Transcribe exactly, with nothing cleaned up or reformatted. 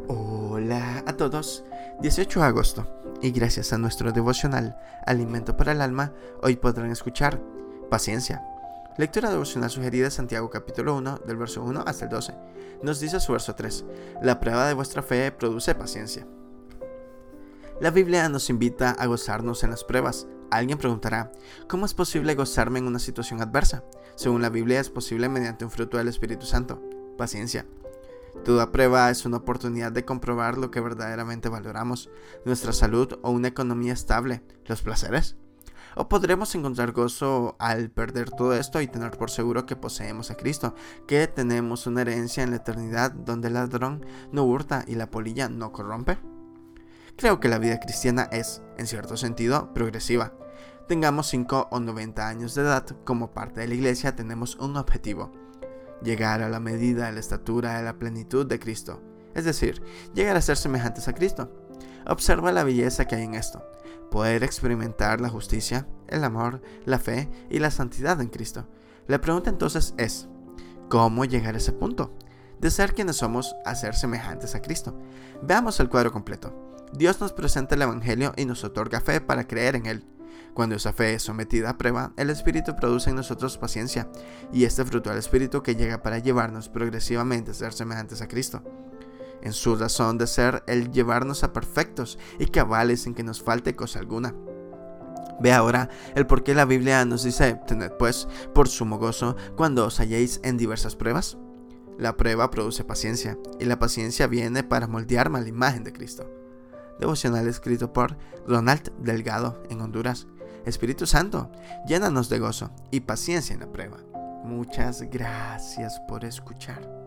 Hola a todos, dieciocho de agosto, y gracias a nuestro devocional Alimento para el Alma, hoy podrán escuchar Paciencia. Lectura devocional sugerida Santiago capítulo uno, del verso uno hasta el doce. Nos dice su verso tres: la prueba de vuestra fe produce paciencia. La Biblia nos invita a gozarnos en las pruebas. Alguien preguntará, ¿cómo es posible gozarme en una situación adversa? Según la Biblia, es posible mediante un fruto del Espíritu Santo: paciencia. Toda prueba es una oportunidad de comprobar lo que verdaderamente valoramos: nuestra salud o una economía estable, los placeres. O podremos encontrar gozo al perder todo esto y tener por seguro que poseemos a Cristo, que tenemos una herencia en la eternidad donde el ladrón no hurta y la polilla no corrompe. Creo que la vida cristiana es, en cierto sentido, progresiva. Tengamos cinco o noventa años de edad, como parte de la iglesia tenemos un objetivo: llegar a la medida de la estatura de la plenitud de Cristo, es decir, llegar a ser semejantes a Cristo. Observa la belleza que hay en esto: poder experimentar la justicia, el amor, la fe y la santidad en Cristo. La pregunta entonces es, ¿cómo llegar a ese punto? De ser quienes somos a ser semejantes a Cristo. Veamos el cuadro completo. Dios nos presenta el Evangelio y nos otorga fe para creer en él. Cuando esa fe es sometida a prueba, el Espíritu produce en nosotros paciencia, y este fruto del Espíritu que llega para llevarnos progresivamente a ser semejantes a Cristo. En su razón de ser, el llevarnos a perfectos y cabales sin que nos falte cosa alguna. Ve ahora el por qué la Biblia nos dice: tened pues por sumo gozo cuando os halléis en diversas pruebas. La prueba produce paciencia, y la paciencia viene para moldearme a la imagen de Cristo. Devocional escrito por Ronald Delgado, en Honduras. Espíritu Santo, llénanos de gozo y paciencia en la prueba. Muchas gracias por escuchar.